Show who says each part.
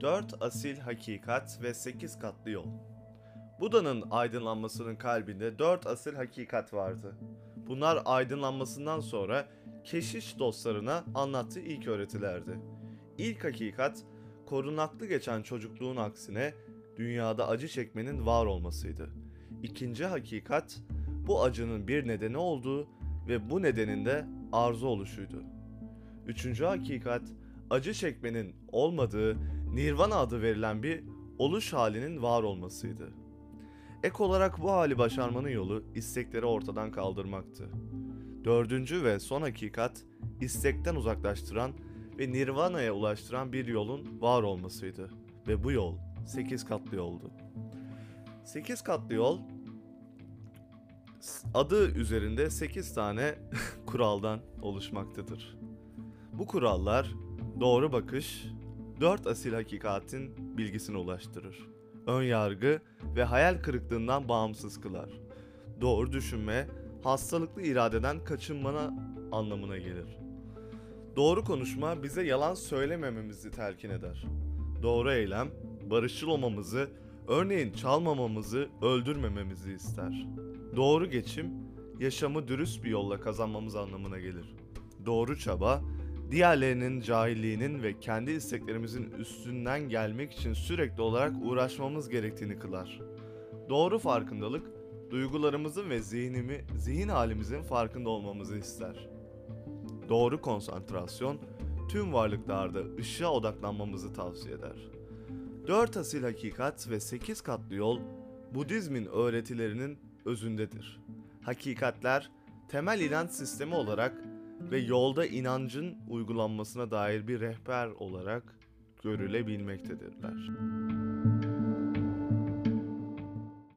Speaker 1: 4 asil hakikat ve 8 katlı yol. Buda'nın aydınlanmasının kalbinde 4 asil hakikat vardı. Bunlar aydınlanmasından sonra keşiş dostlarına anlattığı ilk öğretilerdi. İlk hakikat, korunaklı geçen çocukluğun aksine dünyada acı çekmenin var olmasıydı. İkinci hakikat, bu acının bir nedeni olduğu ve bu nedenin de arzu oluşuydu. Üçüncü hakikat, acı çekmenin olmadığı, nirvana adı verilen bir oluş halinin var olmasıydı. Ek olarak bu hali başarmanın yolu istekleri ortadan kaldırmaktı. Dördüncü ve son hakikat, istekten uzaklaştıran ve nirvana'ya ulaştıran bir yolun var olmasıydı. Ve bu yol 8 katlı yoldu. 8 katlı yol, adı üzerinde 8 tane kuraldan oluşmaktadır. Bu kurallar doğru bakış, 4 asil hakikatin bilgisine ulaştırır. Ön yargı ve hayal kırıklığından bağımsız kılar. Doğru düşünme, hastalıklı iradeden kaçınmana anlamına gelir. Doğru konuşma bize yalan söylemememizi telkin eder. Doğru eylem, barışçıl olmamızı, örneğin çalmamamızı, öldürmememizi ister. Doğru geçim, yaşamı dürüst bir yolla kazanmamız anlamına gelir. Doğru çaba, diğerlerinin cahilliğinin ve kendi isteklerimizin üstünden gelmek için sürekli olarak uğraşmamız gerektiğini kılar. Doğru farkındalık, duygularımızın ve zihin halimizin farkında olmamızı ister. Doğru konsantrasyon, tüm varlıklarda ışığa odaklanmamızı tavsiye eder. 4 asil hakikat ve 8 katlı yol, Budizmin öğretilerinin özündedir. Hakikatler, temel inanç sistemi olarak ve yolda inancın uygulanmasına dair bir rehber olarak görülebilmektedirler.